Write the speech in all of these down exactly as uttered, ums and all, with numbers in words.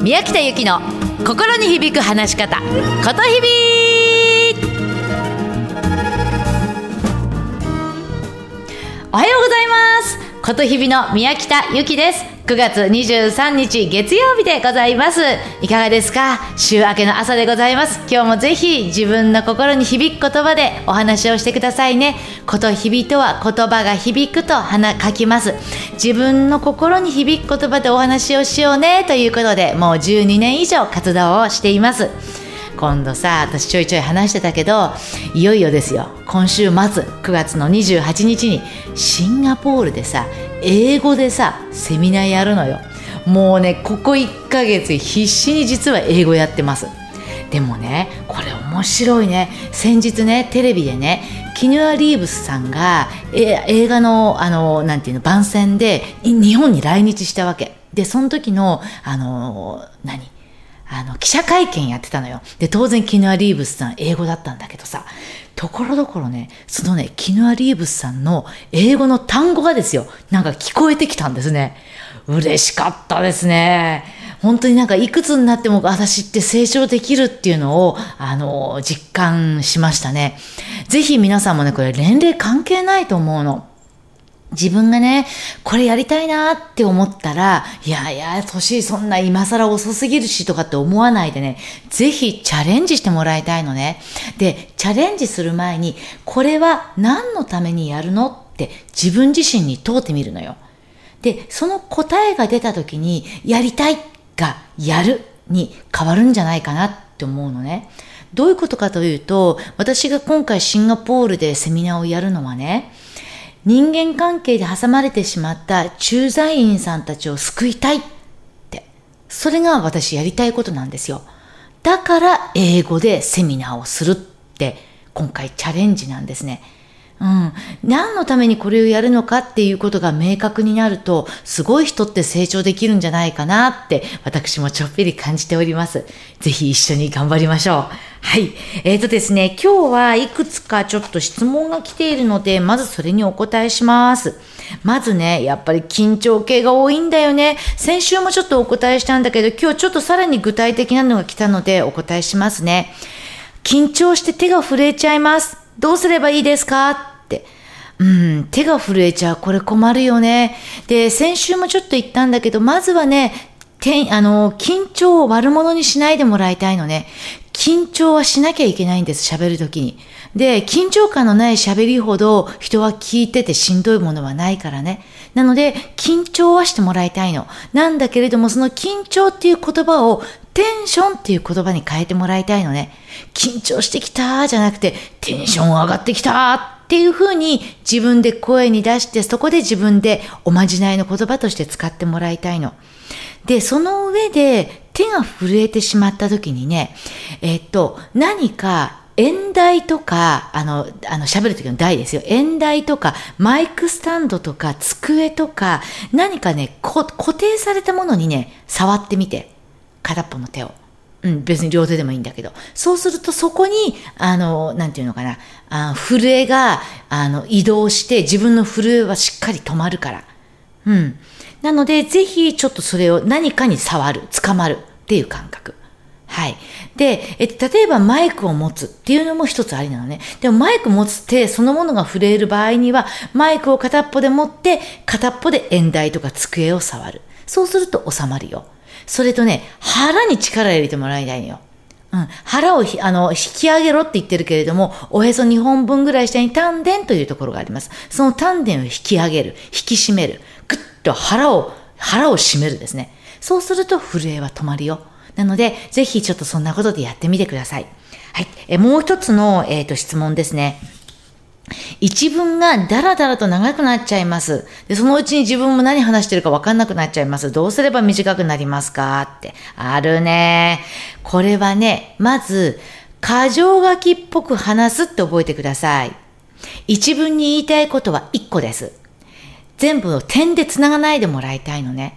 宮北由紀の心に響く話し方、ことひび。おはようございます。ことひびの宮北由紀です。くがつにじゅうさんにち月曜日でございます。いかがですか？週明けの朝でございます。今日もぜひ自分の心に響く言葉でお話をしてくださいね。ことひびとは言葉が響くと書きます。自分の心に響く言葉でお話をしようねということで、もうじゅうにねん以上活動をしています。今度さ、私ちょいちょい話してたけど、いよいよですよ。今週末くがつのにじゅうはちにちにシンガポールでさ、英語でさセミナーやるのよ。もうね、ここいっかげつ必死に実は英語やってます。でもね、これ面白いね。先日ね、テレビでね、キヌア・リーブスさんがえ映画のあのなんていうの番宣で日本に来日したわけで、その時のあの何あの記者会見やってたのよ。で、当然キヌア・リーブスさん英語だったんだけどさ、ところどころね、そのねキヌア・リーブスさんの英語の単語がですよ、なんか聞こえてきたんですね。嬉しかったですね。本当になんかいくつになっても私って成長できるっていうのをあの実感しましたね。ぜひ皆さんもね、これ年齢関係ないと思うの。自分がね、これやりたいなって思ったら、いやいや、年そんな今更遅すぎるしとかって思わないでね、ぜひチャレンジしてもらいたいのね。で、チャレンジする前に、これは何のためにやるのって自分自身に問うてみるのよ。で、その答えが出た時に、やりたいがやるに変わるんじゃないかなって思うのね。どういうことかというと、私が今回シンガポールでセミナーをやるのはね、人間関係で挟まれてしまった駐在員さんたちを救いたいって、それが私やりたいことなんですよ。だから英語でセミナーをするって今回チャレンジなんですね。うん、何のためにこれをやるのかっていうことが明確になると、すごい人って成長できるんじゃないかなって私もちょっぴり感じております。ぜひ一緒に頑張りましょう。はい。えーとですね、今日はいくつかちょっと質問が来ているので、まずそれにお答えします。まずね、やっぱり緊張系が多いんだよね。先週もちょっとお答えしたんだけど、今日ちょっとさらに具体的なのが来たのでお答えしますね。緊張して手が震えちゃいます。どうすればいいですかって。うん、手が震えちゃう。これ困るよね。で、先週もちょっと言ったんだけど、まずはね、てあの、緊張を悪者にしないでもらいたいのね。緊張はしなきゃいけないんです、喋るときに。で、緊張感のない喋りほど人は聞いててしんどいものはないからね。なので、緊張はしてもらいたいの。なんだけれども、その緊張っていう言葉をテンションっていう言葉に変えてもらいたいのね。緊張してきたじゃなくて、テンション上がってきたっていう風に自分で声に出して、そこで自分でおまじないの言葉として使ってもらいたいの。で、その上で手が震えてしまった時にね、えっと、何か演台とか、あの、あの、喋る時の台ですよ。演台とか、マイクスタンドとか、机とか、何かね、こ固定されたものにね、触ってみて。片っぽの手を。うん、別に両手でもいいんだけど。そうするとそこに、あの、なんていうのかな、あ震えが、あの、移動して、自分の震えはしっかり止まるから。うん。なので、ぜひちょっとそれを何かに触る、捕まるっていう感覚。はい。で、え例えばマイクを持つっていうのも一つありなのね。でもマイク持つ手そのものが震える場合には、マイクを片っぽで持って、片っぽで演台とか机を触る。そうすると収まるよ。それとね、腹に力入れてもらいたいのよ。うん、腹をあの引き上げろって言ってるけれども、おへそにほんぶんぐらい下に丹田というところがあります。その丹田を引き上げる、引き締める、ぐっと腹を、腹を締めるですね。そうすると震えは止まるよ。なので、ぜひちょっとそんなことでやってみてください。はい。えもう一つの、えーと、質問ですね。一文がだらだらと長くなっちゃいます。で、そのうちに自分も何話してるか分かんなくなっちゃいます。どうすれば短くなりますかって。あるね。これはね、まず、箇条書きっぽく話すって覚えてください。一文に言いたいことは一個です。全部を点でつながないでもらいたいのね。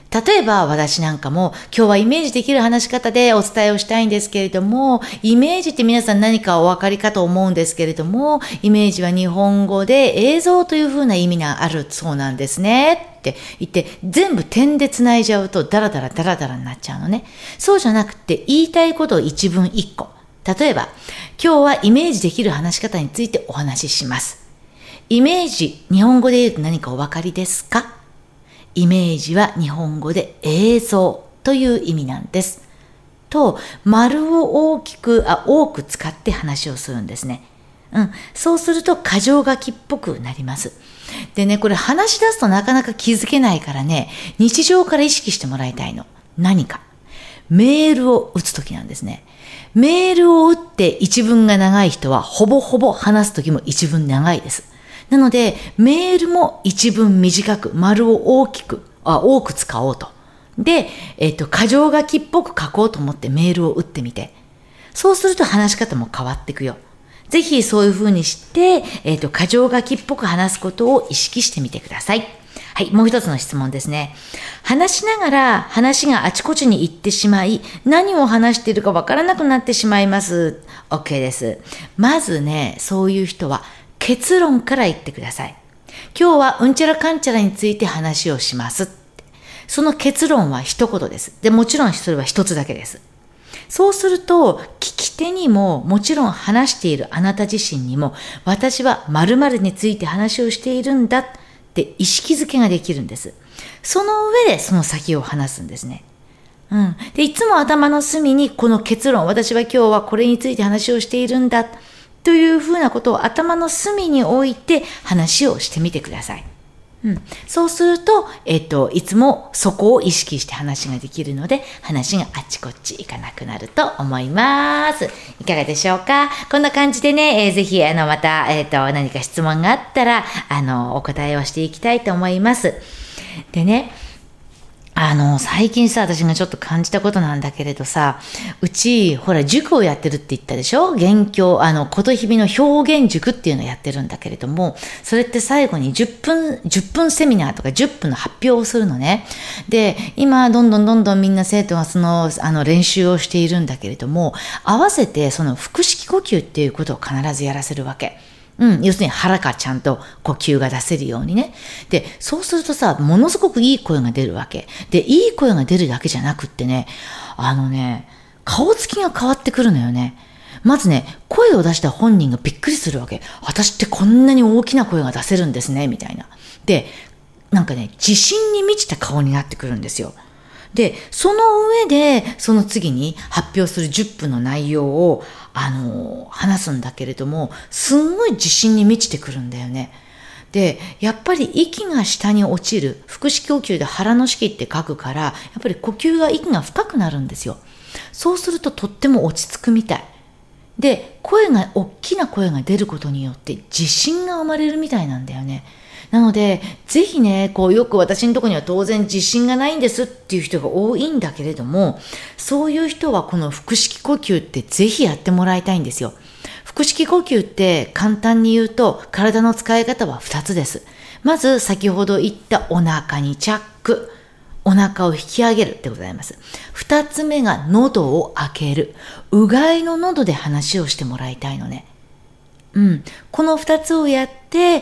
例えば私なんかも今日はイメージできる話し方でお伝えをしたいんですけれども、イメージって皆さん何かお分かりかと思うんですけれども、イメージは日本語で映像というふうな意味があるそうなんですねって言って、全部点でつないじゃうとダラダラダラダラになっちゃうのね。そうじゃなくて言いたいことを一文一個。例えば今日はイメージできる話し方についてお話しします。イメージ、日本語で言うと何かお分かりですか？イメージは日本語で映像という意味なんです。と、丸を大きく、あ、多く使って話をするんですね。うん。そうすると箇条書きっぽくなります。でね、これ話し出すとなかなか気づけないからね、日常から意識してもらいたいの。何か。メールを打つときなんですね。メールを打って一文が長い人はほぼほぼ話すときも一文長いです。なので、メールも一文短く、丸を大きく、あ、多く使おうと。で、えっと、箇条書きっぽく書こうと思ってメールを打ってみて。そうすると話し方も変わっていくよ。ぜひそういう風にして、えっと、箇条書きっぽく話すことを意識してみてください。はい、もう一つの質問ですね。話しながら話があちこちに行ってしまい、何を話しているかわからなくなってしまいます。OK です。まずね、そういう人は、結論から言ってください。今日はうんちゃらかんちゃらについて話をします。その結論は一言です。で、もちろんそれは一つだけです。そうすると、聞き手にももちろん話しているあなた自身にも、私は〇〇について話をしているんだって意識づけができるんです。その上でその先を話すんですね。うん。で、いつも頭の隅にこの結論、私は今日はこれについて話をしているんだ。というふうなことを頭の隅に置いて話をしてみてください。うん、そうすると、えっと、いつもそこを意識して話ができるので、話があっちこっち行かなくなると思います。いかがでしょうか？こんな感じでね、えー、ぜひ、あの、また、えっと、何か質問があったら、あの、お答えをしていきたいと思います。でね、あの、最近さ、私がちょっと感じたことなんだけれどさ、うち、ほら、塾をやってるって言ったでしょ？元凶、あの、ことひびの表現塾っていうのをやってるんだけれども、それって最後にじゅっぷん、じゅっぷんセミナーとかじゅっぷんの発表をするのね。で、今、どんどんどんどんみんな生徒がその、あの、練習をしているんだけれども、合わせてその腹式呼吸っていうことを必ずやらせるわけ。うん、要するに腹からちゃんと呼吸が出せるようにね。で、そうするとさ、ものすごくいい声が出るわけ。で、いい声が出るだけじゃなくってね、あのね、顔つきが変わってくるのよね。まずね、声を出した本人がびっくりするわけ。私ってこんなに大きな声が出せるんですね、みたいな。で、なんかね、自信に満ちた顔になってくるんですよ。で、その上で、その次に発表するじゅっぷんの内容を、あの、話すんだけれども、すんごい自信に満ちてくるんだよね。で、やっぱり息が下に落ちる。腹式呼吸で腹の式って書くから、やっぱり呼吸が、息が深くなるんですよ。そうするととっても落ち着くみたい。で、声が、大きな声が出ることによって自信が生まれるみたいなんだよね。なので、ぜひね、こうよく私のところには当然自信がないんですっていう人が多いんだけれども、そういう人はこの腹式呼吸ってぜひやってもらいたいんですよ。腹式呼吸って簡単に言うと体の使い方はふたつです。まず先ほど言ったお腹にチャック。お腹を引き上げるでございます。二つ目が喉を開ける。うがいの喉で話をしてもらいたいのね。うん。この二つをやって、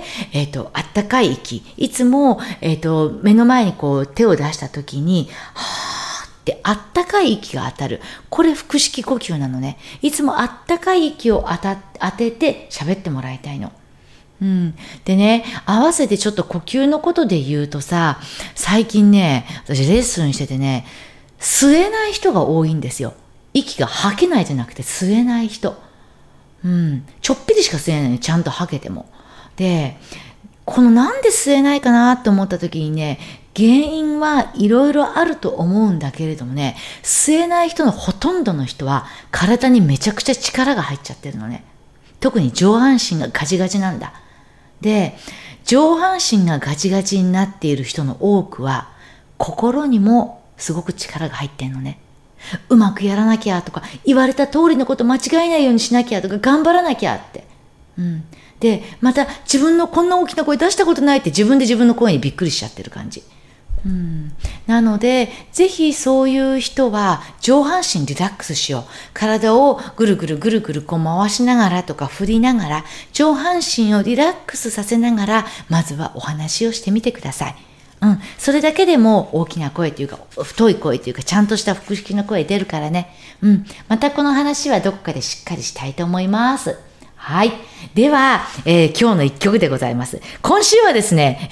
えっと、あったかい息。いつも、えっと、目の前にこう手を出したときに、はーってあったかい息が当たる。これ腹式呼吸なのね。いつもあったかい息を当た、当てて喋ってもらいたいの。うん。でね、合わせてちょっと呼吸のことで言うとさ、最近ね、私レッスンしててね、吸えない人が多いんですよ。息が吐けないじゃなくて吸えない人。うん。ちょっぴりしか吸えないのにちゃんと吐けても。で、このなんで吸えないかなって思った時にね、原因はいろいろあると思うんだけれどもね、吸えない人のほとんどの人は体にめちゃくちゃ力が入っちゃってるのね。特に上半身がガチガチなんだ。で、上半身がガチガチになっている人の多くは、心にもすごく力が入ってんのね。うまくやらなきゃとか、言われた通りのこと間違えないようにしなきゃとか、頑張らなきゃって。うん。で、また自分のこんな大きな声出したことないって自分で自分の声にびっくりしちゃってる感じ。うん。 なのでぜひそういう人は上半身リラックスしよう。体をぐるぐるぐるぐるこう回しながらとか振りながら上半身をリラックスさせながらまずはお話をしてみてください。うん、それだけでも大きな声というか太い声というかちゃんとした腹式の声出るからね。うん、またこの話はどこかでしっかりしたいと思います。はい。では、えー、今日の一曲でございます。今週はですね、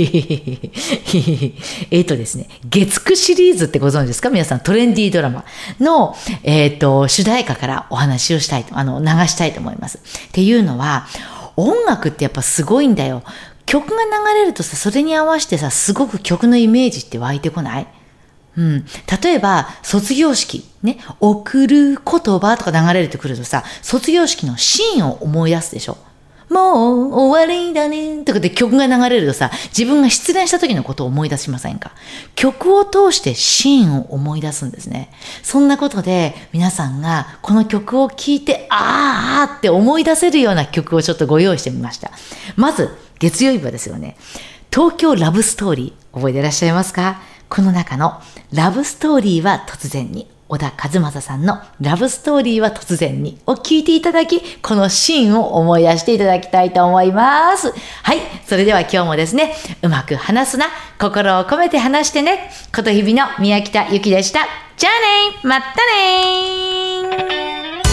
えっとですね、月9シリーズってご存知ですか？皆さんトレンディードラマの、えっと、主題歌からお話をしたいと、あの、流したいと思います。っていうのは、音楽ってやっぱすごいんだよ。曲が流れるとさ、それに合わせてさ、すごく曲のイメージって湧いてこない？うん。例えば、卒業式、ね、送る言葉とか流れてくるとさ、卒業式のシーンを思い出すでしょ？もう終わりだねとかで曲が流れるとさ、自分が失恋した時のことを思い出しませんか？曲を通してシーンを思い出すんですね。そんなことで皆さんがこの曲を聴いて、あーあーって思い出せるような曲をちょっとご用意してみました。まず、月曜日はですよね、東京ラブストーリー、覚えていらっしゃいますか？この中のラブストーリーは突然に、小田和正さんのラブストーリーは突然にを聞いていただき、このシーンを思い出していただきたいと思います。はい。それでは今日もですね、うまく話すな、心を込めて話してね。ことひびの宮北ゆきでした。じゃあねー、またねー。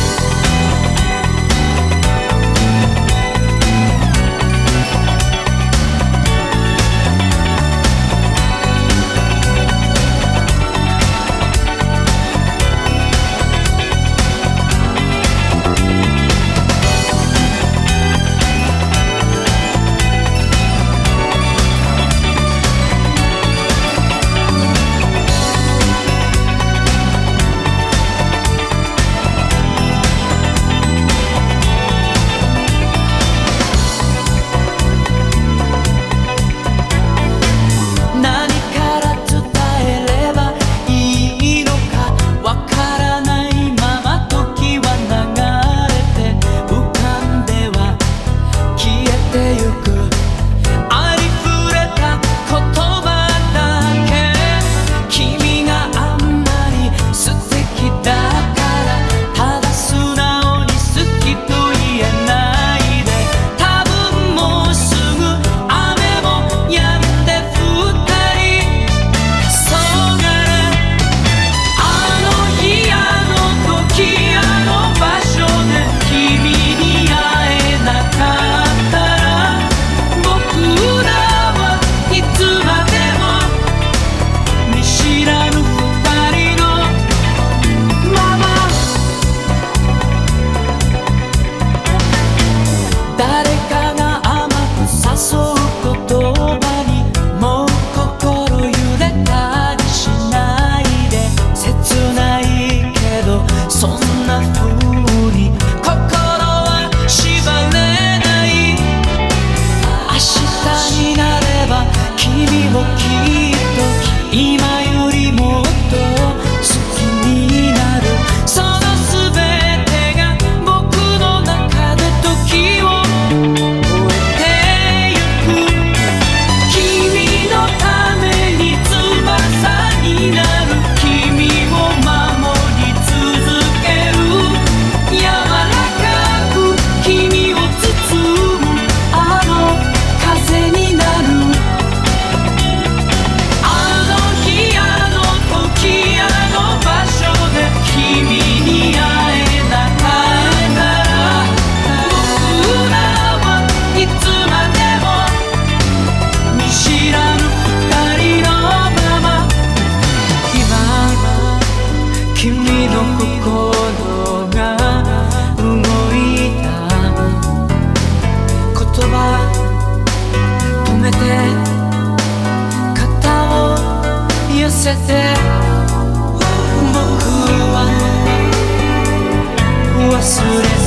せて僕は忘れ